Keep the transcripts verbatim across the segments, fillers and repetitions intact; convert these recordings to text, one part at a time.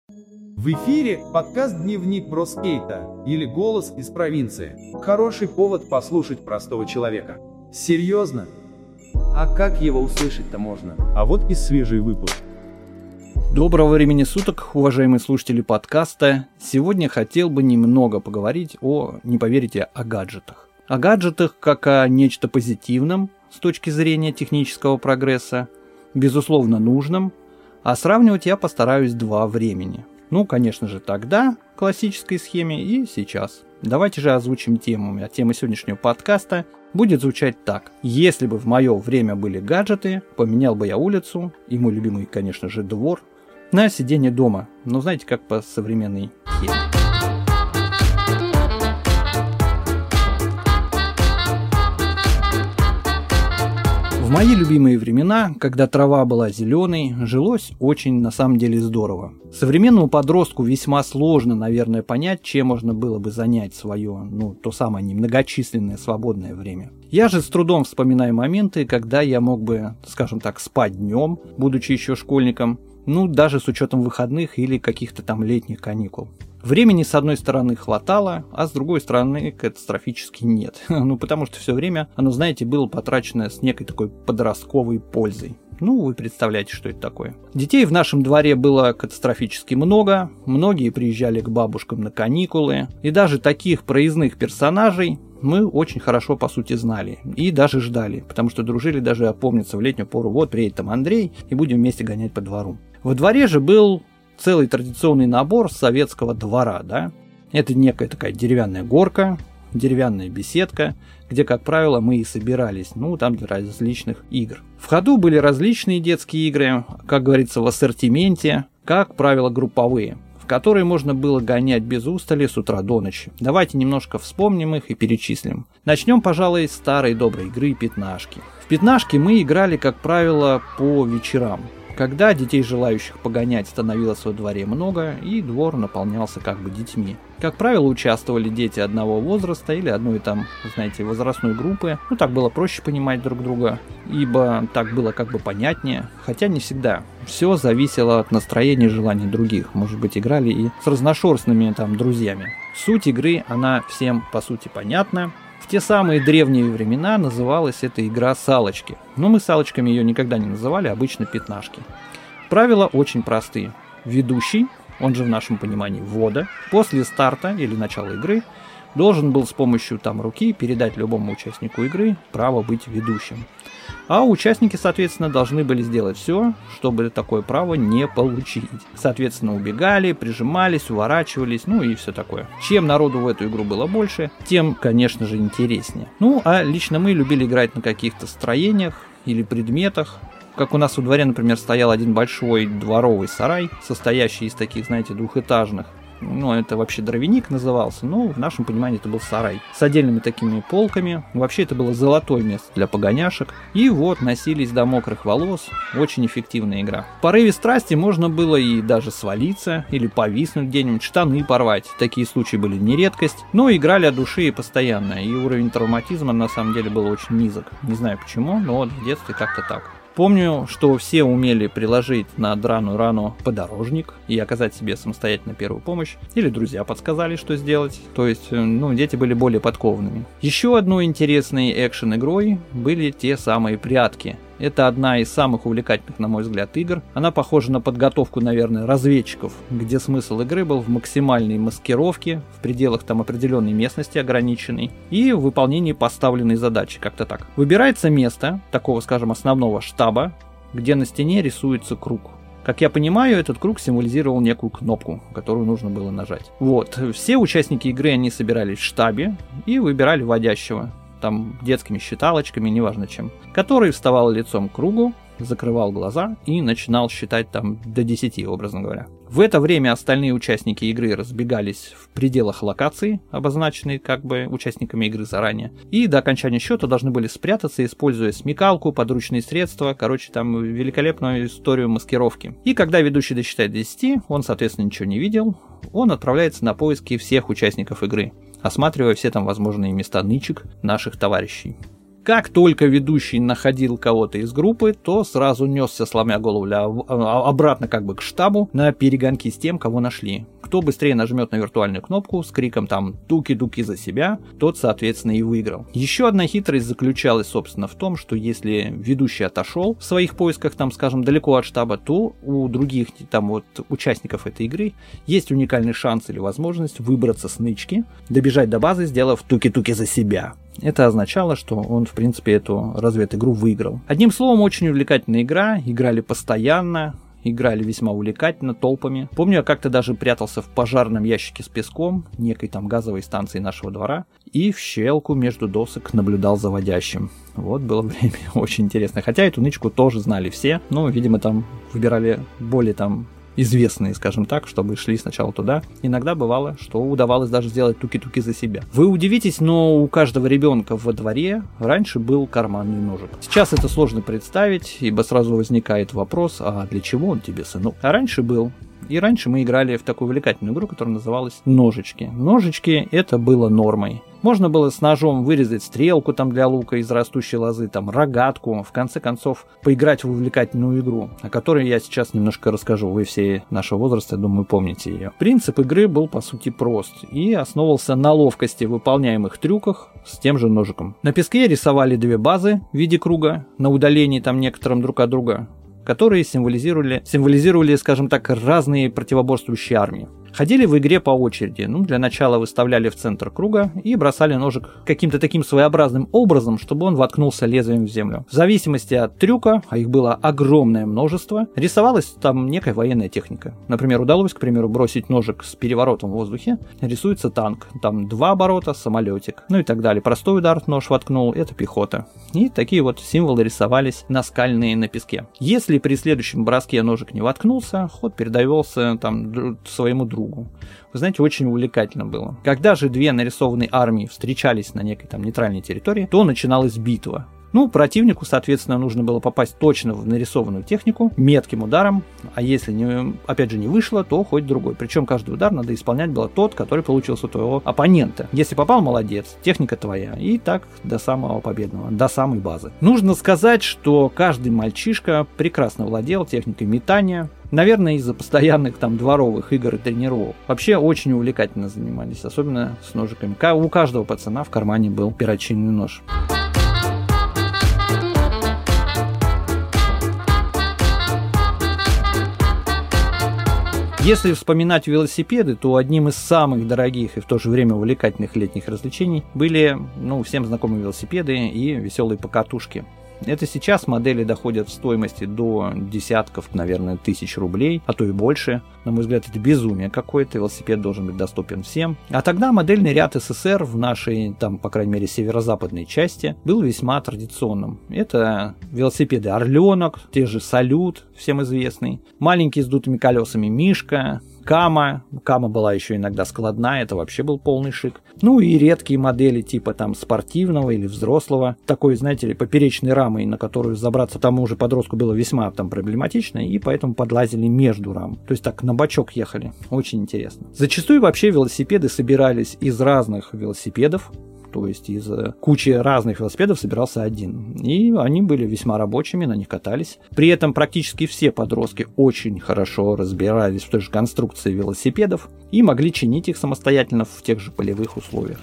В эфире подкаст «Дневник Броскейта» или «Голос из провинции». Хороший повод послушать простого человека. Серьезно? А как его услышать-то можно? А вот и свежий выпуск. Доброго времени суток, уважаемые слушатели подкаста. Сегодня хотел бы немного поговорить о, не поверите, о гаджетах. О гаджетах как о нечто позитивном с точки зрения технического прогресса, безусловно нужном, а сравнивать я постараюсь два времени. Ну, конечно же, тогда, в классической схеме, и сейчас. Давайте же озвучим тему. А тема сегодняшнего подкаста будет звучать так. Если бы в мое время были гаджеты, поменял бы я улицу и мой любимый, конечно же, двор на сиденье дома. Ну, знаете, как по современной схеме. В мои любимые времена, когда трава была зеленой, жилось очень, на самом деле, здорово. Современному подростку весьма сложно, наверное, понять, чем можно было бы занять свое, ну, то самое немногочисленное свободное время. Я же с трудом вспоминаю моменты, когда я мог бы, скажем так, спать днем, будучи еще школьником, ну, даже с учетом выходных или каких-то там летних каникул. Времени, с одной стороны, хватало, а с другой стороны, катастрофически нет. Ну, потому что все время оно, знаете, было потрачено с некой такой подростковой пользой. Ну, вы представляете, что это такое. Детей в нашем дворе было катастрофически много, многие приезжали к бабушкам на каникулы, и даже таких проездных персонажей мы очень хорошо, по сути, знали и даже ждали, потому что дружили даже, опомниться, в летнюю пору. Вот приедет там Андрей, и будем вместе гонять по двору. Во дворе же был целый традиционный набор советского двора, да. Это некая такая деревянная горка, деревянная беседка, где, как правило, мы и собирались, ну, там для различных игр. В ходу были различные детские игры, как говорится, в ассортименте, как правило, групповые, в которые можно было гонять без устали с утра до ночи. Давайте немножко вспомним их и перечислим. Начнем, пожалуй, с старой доброй игры «Пятнашки». В «Пятнашки» мы играли, как правило, по вечерам, когда детей, желающих погонять, становилось во дворе много, и двор наполнялся как бы детьми. Как правило, участвовали дети одного возраста или одной там, знаете, возрастной группы. Ну, так было проще понимать друг друга, ибо так было как бы понятнее, хотя не всегда. Все зависело от настроения и желаний других. Может быть, играли и с разношерстными там друзьями. Суть игры, она всем, по сути, понятна. В те самые древние времена называлась эта игра «Салочки». Но мы салочками ее никогда не называли, обычно «Пятнашки». Правила очень простые. Ведущий, он же в нашем понимании вода, после старта или начала игры должен был с помощью там руки передать любому участнику игры право быть ведущим. А участники, соответственно, должны были сделать все, чтобы такое право не получить. Соответственно, убегали, прижимались, уворачивались, ну и все такое. Чем народу в эту игру было больше, тем, конечно же, интереснее. Ну, а лично мы любили играть на каких-то строениях или предметах. Как у нас во дворе, например, стоял один большой дворовый сарай, состоящий из таких, знаете, двухэтажных. Ну, это вообще дровяник назывался, но в нашем понимании это был сарай. С отдельными такими полками. Вообще это было золотое место для погоняшек. И вот носились до мокрых волос. Очень эффективная игра. В порыве страсти можно было и даже свалиться, или повиснуть где-нибудь, штаны порвать. Такие случаи были не редкость. Но играли от души и постоянно. И уровень травматизма на самом деле был очень низок. Не знаю почему, но вот в детстве как-то так. Помню, что все умели приложить на драную рану подорожник и оказать себе самостоятельно первую помощь, или друзья подсказали, что сделать, то есть, ну, дети были более подкованными. Еще одной интересной экшен-игрой были те самые прятки. Это одна из самых увлекательных, на мой взгляд, игр. Она похожа на подготовку, наверное, разведчиков, где смысл игры был в максимальной маскировке, в пределах там определенной местности ограниченной, и в выполнении поставленной задачи, как-то так. Выбирается место, такого, скажем, основного штаба, где на стене рисуется круг. Как я понимаю, этот круг символизировал некую кнопку, которую нужно было нажать. Вот, все участники игры, они собирались в штабе и выбирали водящего. Там детскими считалочками, неважно чем, который вставал лицом к кругу, закрывал глаза и начинал считать там до десяти, образно говоря. В это время остальные участники игры разбегались в пределах локации, обозначенной как бы участниками игры заранее, и до окончания счета должны были спрятаться, используя смекалку, подручные средства, короче, там великолепную историю маскировки. И когда ведущий досчитает до десяти, он, соответственно, ничего не видел, он отправляется на поиски всех участников игры, осматривая все там возможные места нычек наших товарищей. Как только ведущий находил кого-то из группы, то сразу несся, сломя голову, обратно как бы к штабу на перегонки с тем, кого нашли. Кто быстрее нажмет на виртуальную кнопку с криком там «туки-туки за себя», тот, соответственно, и выиграл. Еще одна хитрость заключалась, собственно, в том, что если ведущий отошел в своих поисках, там, скажем, далеко от штаба, то у других там вот участников этой игры есть уникальный шанс или возможность выбраться с нычки, добежать до базы, сделав «туки-туки за себя». Это означало, что он, в принципе, эту разведигру выиграл. Одним словом, очень увлекательная игра, играли постоянно, играли весьма увлекательно, толпами. Помню, я как-то даже прятался в пожарном ящике с песком, некой там газовой станции нашего двора, и в щелку между досок наблюдал за водящим. Вот было время очень интересно. Хотя эту нычку тоже знали все, но, видимо, там выбирали более там известные, скажем так, чтобы шли сначала туда. Иногда бывало, что удавалось даже сделать туки-туки за себя. Вы удивитесь, но у каждого ребенка во дворе раньше был карманный ножик. Сейчас это сложно представить, ибо сразу возникает вопрос, а для чего он тебе, сынок? А раньше был. И раньше мы играли в такую увлекательную игру, которая называлась «Ножички». Ножички — это было нормой. Можно было с ножом вырезать стрелку там для лука из растущей лозы, там рогатку, в конце концов поиграть в увлекательную игру, о которой я сейчас немножко расскажу. Вы все нашего возраста, я думаю, помните ее. Принцип игры был, по сути, прост и основывался на ловкости выполняемых трюках с тем же ножиком. На песке рисовали две базы в виде круга на удалении там некоторым друг от друга, которые символизировали, символизировали, скажем так, разные противоборствующие армии. Ходили в игре по очереди. Ну, для начала выставляли в центр круга и бросали ножик каким-то таким своеобразным образом, чтобы он воткнулся лезвием в землю. В зависимости от трюка, а их было огромное множество, рисовалась там некая военная техника. Например, удалось, к примеру, бросить ножик с переворотом в воздухе, рисуется танк. Там два оборота, самолетик, ну и так далее. Простой удар, нож воткнул, это пехота. И такие вот символы рисовались наскальные на песке. Если при следующем броске ножик не воткнулся, ход передавался там своему другу. Вы знаете, очень увлекательно было. Когда же две нарисованные армии встречались на некой там нейтральной территории, то начиналась битва. Ну, противнику, соответственно, нужно было попасть точно в нарисованную технику, метким ударом, а если, не, опять же, не вышло, то хоть другой. Причем каждый удар надо исполнять было тот, который получился у твоего оппонента. Если попал, молодец, техника твоя. И так до самого победного, до самой базы. Нужно сказать, что каждый мальчишка прекрасно владел техникой метания. Наверное, из-за постоянных там дворовых игр и тренировок. Вообще очень увлекательно занимались, особенно с ножиками. У каждого пацана в кармане был перочинный нож. Если вспоминать велосипеды, то одним из самых дорогих и в то же время увлекательных летних развлечений были, ну, всем знакомые велосипеды и веселые покатушки. Это сейчас модели доходят в стоимости до десятков, наверное, тысяч рублей, а то и больше. На мой взгляд, это безумие какое-то, велосипед должен быть доступен всем. А тогда модельный ряд СССР в нашей, там, по крайней мере, северо-западной части был весьма традиционным. Это велосипеды «Орленок», те же «Салют», всем известный, маленькие с дутыми колесами «Мишка», Кама. Кама была еще иногда складная, это вообще был полный шик. Ну и редкие модели типа там спортивного или взрослого, такой, знаете ли, поперечной рамой, на которую забраться тому же подростку было весьма там проблематично, и поэтому подлазили между рам. То есть так на бочок ехали. Очень интересно. Зачастую вообще велосипеды собирались из разных велосипедов. То есть из кучи разных велосипедов собирался один. И они были весьма рабочими, на них катались. При этом практически все подростки очень хорошо разбирались в той же конструкции велосипедов и могли чинить их самостоятельно в тех же полевых условиях.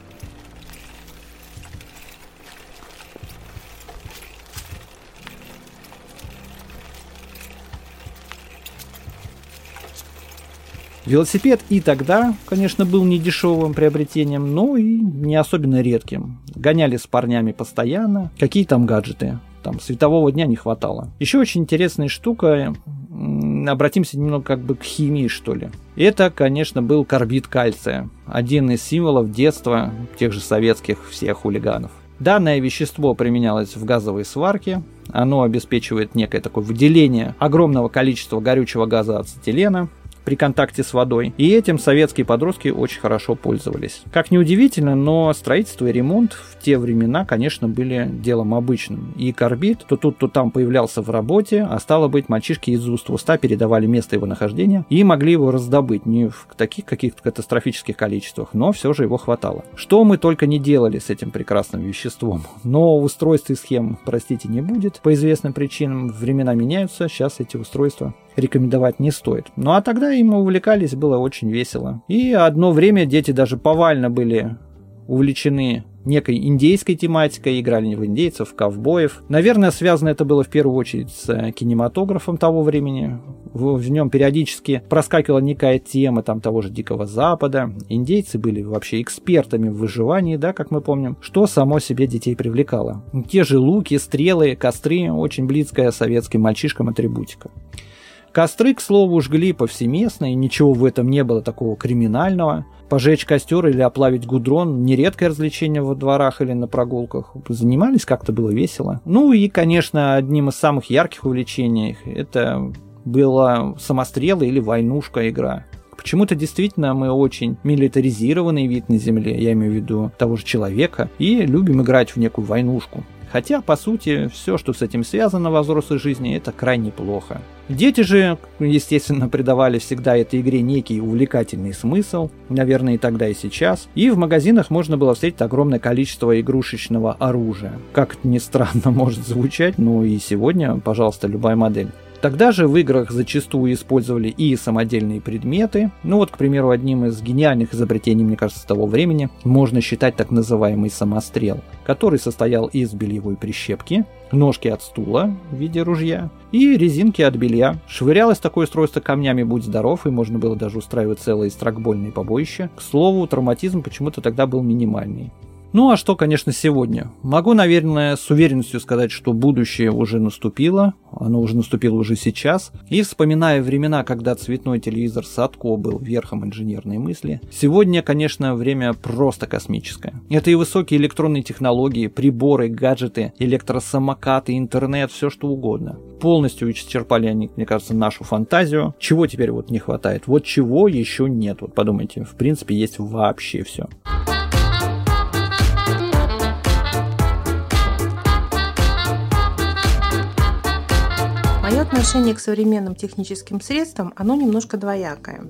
Велосипед и тогда, конечно, был не дешевым приобретением, но и не особенно редким. Гоняли с парнями постоянно. Какие там гаджеты? Там светового дня не хватало. Еще очень интересная штука. Обратимся немного как бы к химии, что ли. Это, конечно, был карбид кальция. Один из символов детства тех же советских всех хулиганов. Данное вещество применялось в газовой сварке. Оно обеспечивает некое такое выделение огромного количества горючего газа ацетилена. при контакте с водой, и этим советские подростки очень хорошо пользовались. Как ни удивительно, но строительство и ремонт в те времена, конечно, были делом обычным. И карбид то тут, то там появлялся в работе, а стало быть, мальчишки из уст в уста передавали место его нахождения и могли его раздобыть не в таких каких-то катастрофических количествах, но все же его хватало. Что мы только не делали с этим прекрасным веществом. Но устройств и схем, простите, не будет. По известным причинам времена меняются, сейчас эти устройства рекомендовать не стоит. Ну а тогда им увлекались, было очень весело. И одно время дети даже повально были увлечены некой индейской тематикой, играли в индейцев, в ковбоев. Наверное, связано это было в первую очередь с кинематографом того времени. В, в нем периодически проскакивала некая тема там того же Дикого Запада. Индейцы были вообще экспертами в выживании, да, как мы помним, что само себе детей привлекало. Те же луки, стрелы, костры, очень близкая советским мальчишкам атрибутика. Костры, к слову, жгли повсеместно, и ничего в этом не было такого криминального. Пожечь костер или оплавить гудрон – нередкое развлечение во дворах или на прогулках. Занимались, как-то было весело. Ну и, конечно, одним из самых ярких увлечений – это была самострелы или войнушка игра. Почему-то действительно мы очень милитаризированный вид на земле, я имею в виду того же человека, и любим играть в некую войнушку. Хотя, по сути, все, что с этим связано во взрослой жизни, это крайне плохо. Дети же, естественно, придавали всегда этой игре некий увлекательный смысл, наверное, и тогда, и сейчас. И в магазинах можно было встретить огромное количество игрушечного оружия. Как это ни странно может звучать, но и сегодня, пожалуйста, любая модель. Тогда же в играх зачастую использовали и самодельные предметы. Ну вот, к примеру, одним из гениальных изобретений, мне кажется, того времени можно считать так называемый самострел, который состоял из бельевой прищепки, ножки от стула в виде ружья и резинки от белья. Швырялось такое устройство камнями, будь здоров, и можно было даже устраивать целые страйкбольные побоища. К слову, травматизм почему-то тогда был минимальный. Ну а что, конечно, сегодня? Могу, наверное, с уверенностью сказать, что будущее уже наступило, оно уже наступило уже сейчас. И вспоминая времена, когда цветной телевизор Садко был верхом инженерной мысли, сегодня, конечно, время просто космическое. Это и высокие электронные технологии, приборы, гаджеты, электросамокаты, интернет, все что угодно. Полностью исчерпали они, мне кажется, нашу фантазию. Чего теперь вот не хватает? Вот чего еще нет? Вот подумайте, в принципе, есть вообще все. Мое отношение к современным техническим средствам, оно немножко двоякое,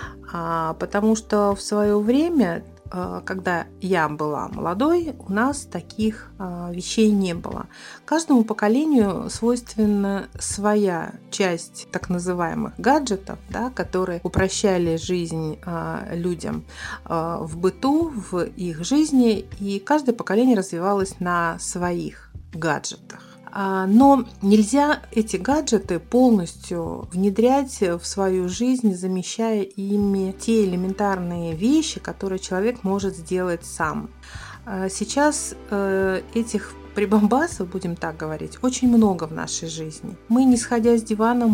потому что в свое время, когда я была молодой, у нас таких вещей не было. Каждому поколению свойственна своя часть так называемых гаджетов, да, которые упрощали жизнь людям в быту, в их жизни, и каждое поколение развивалось на своих гаджетах. Но нельзя эти гаджеты полностью внедрять в свою жизнь, замещая ими те элементарные вещи, которые человек может сделать сам. Сейчас этих прибамбасов, будем так говорить, очень много в нашей жизни. Мы, не сходя с дивана,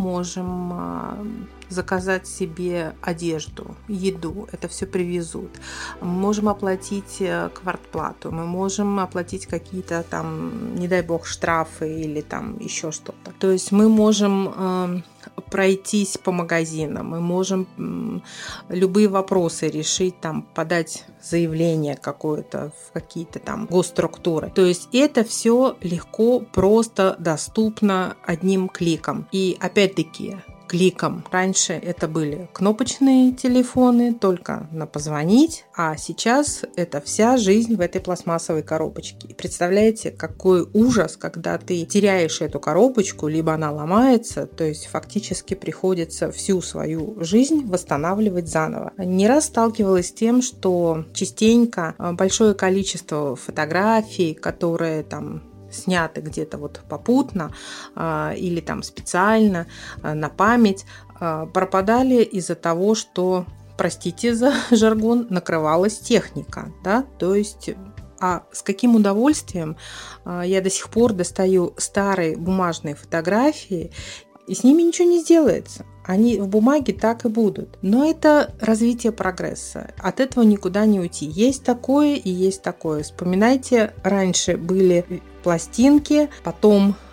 можем заказать себе одежду, еду, это все привезут. Мы можем оплатить квартплату, мы можем оплатить какие-то там, не дай бог, штрафы или там еще что-то. То есть мы можем э, пройтись по магазинам, мы можем э, любые вопросы решить, там, подать заявление какое-то в какие-то там госструктуры. То есть это все легко, просто, доступно одним кликом. И опять-таки, кликом. Раньше это были кнопочные телефоны, только на позвонить, а сейчас это вся жизнь в этой пластмассовой коробочке. И представляете, какой ужас, когда ты теряешь эту коробочку, либо она ломается, то есть фактически приходится всю свою жизнь восстанавливать заново. Не раз сталкивалась с тем, что частенько большое количество фотографий, которые там сняты где-то вот попутно э, или там специально э, на память, э, пропадали из-за того, что, простите за жаргон, накрывалась техника, да, то есть, а с каким удовольствием э, я до сих пор достаю старые бумажные фотографии, и с ними ничего не сделается. Они в бумаге так и будут. Но это развитие прогресса. От этого никуда не уйти. Есть такое и есть такое. Вспоминайте, раньше были пластинки, потом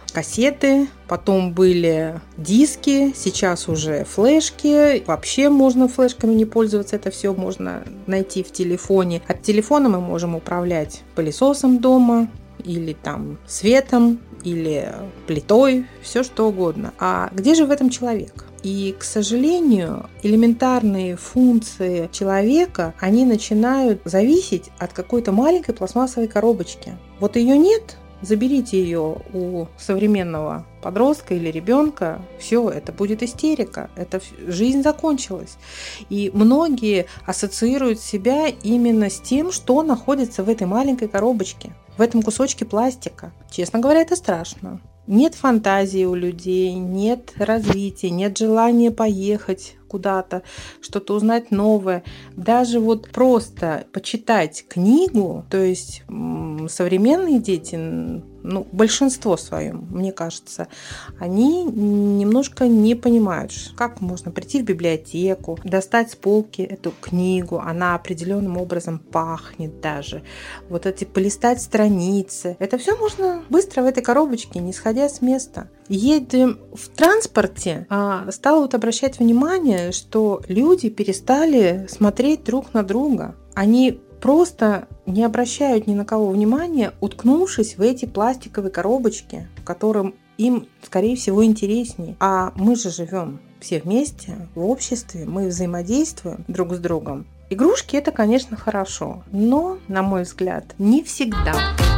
кассеты, потом были диски, сейчас уже флешки. Вообще можно флешками не пользоваться, это все можно найти в телефоне. От телефона мы можем управлять пылесосом дома, или там светом, или плитой, все что угодно. А где же в этом человек? И, к сожалению, элементарные функции человека, они начинают зависеть от какой-то маленькой пластмассовой коробочки. Вот ее нет, заберите ее у современного подростка или ребенка, все, это будет истерика, это жизнь закончилась. И многие ассоциируют себя именно с тем, что находится в этой маленькой коробочке, в этом кусочке пластика. Честно говоря, это страшно. Нет фантазии у людей, нет развития, нет желания поехать куда-то, что-то узнать новое. Даже вот просто почитать книгу, то есть современные дети, ну, большинство своем, мне кажется, они немножко не понимают, как можно прийти в библиотеку, достать с полки эту книгу, она определенным образом пахнет даже. Вот эти полистать страницы. Это все можно быстро в этой коробочке, не сходя с места. Едем в транспорте, а стала вот обращать внимание, что люди перестали смотреть друг на друга. Они просто не обращают ни на кого внимания, уткнувшись в эти пластиковые коробочки, которым им, скорее всего, интереснее. А мы же живем все вместе, в обществе, мы взаимодействуем друг с другом. Игрушки – это, конечно, хорошо, но, на мой взгляд, не всегда.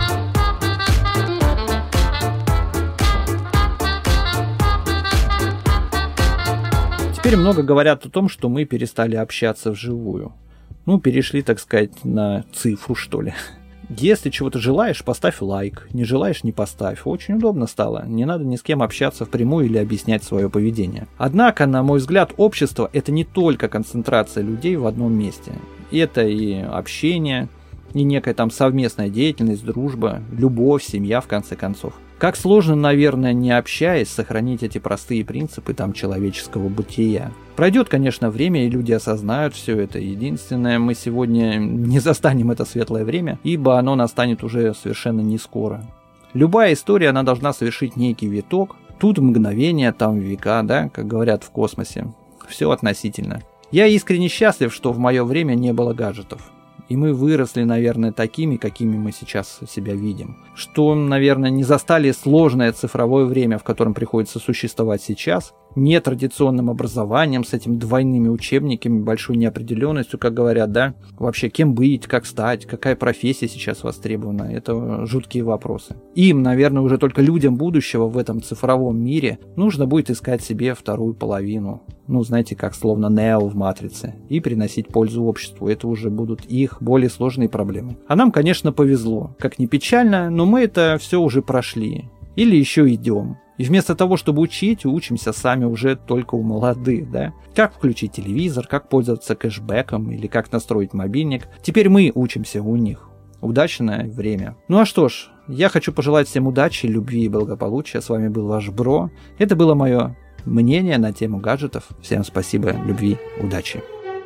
Теперь много говорят о том, что мы перестали общаться вживую. Ну, перешли, так сказать, на цифру, что ли. Если чего-то желаешь, поставь лайк. Не желаешь, не поставь. Очень удобно стало. Не надо ни с кем общаться впрямую или объяснять свое поведение. Однако, на мой взгляд, общество – это не только концентрация людей в одном месте. Это и общение, и некая там совместная деятельность, дружба, любовь, семья, в конце концов. Как сложно, наверное, не общаясь, сохранить эти простые принципы там человеческого бытия. Пройдет, конечно, время, и люди осознают все это. Единственное, мы сегодня не застанем это светлое время, ибо оно настанет уже совершенно не скоро. Любая история, она должна совершить некий виток. Тут мгновение, там века, да, как говорят в космосе. Все относительно. Я искренне счастлив, что в мое время не было гаджетов. И мы выросли, наверное, такими, какими мы сейчас себя видим. Что, наверное, не застали сложное цифровое время, в котором приходится существовать сейчас. Нетрадиционным образованием, с этими двойными учебниками, большой неопределенностью, как говорят, да. Вообще, кем быть, как стать, какая профессия сейчас востребована. Это жуткие вопросы. Им, наверное, уже только людям будущего в этом цифровом мире нужно будет искать себе вторую половину. Ну, знаете, как словно Нео в «Матрице», и приносить пользу обществу. Это уже будут их более сложные проблемы. А нам, конечно, повезло. Как ни печально, но мы это все уже прошли. Или еще идем. И вместо того, чтобы учить, учимся сами уже только у молодых, да? Как включить телевизор, как пользоваться кэшбэком или как настроить мобильник. Теперь мы учимся у них. Удачное время. Ну а что ж, я хочу пожелать всем удачи, любви и благополучия. С вами был ваш Бро. Это было мое мнение на тему гаджетов. Всем спасибо, любви, удачи.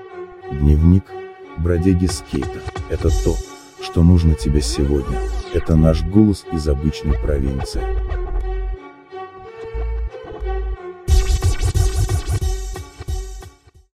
Дневник бродяги скейта. Это то, что нужно тебе сегодня. Это наш голос из обычной провинции.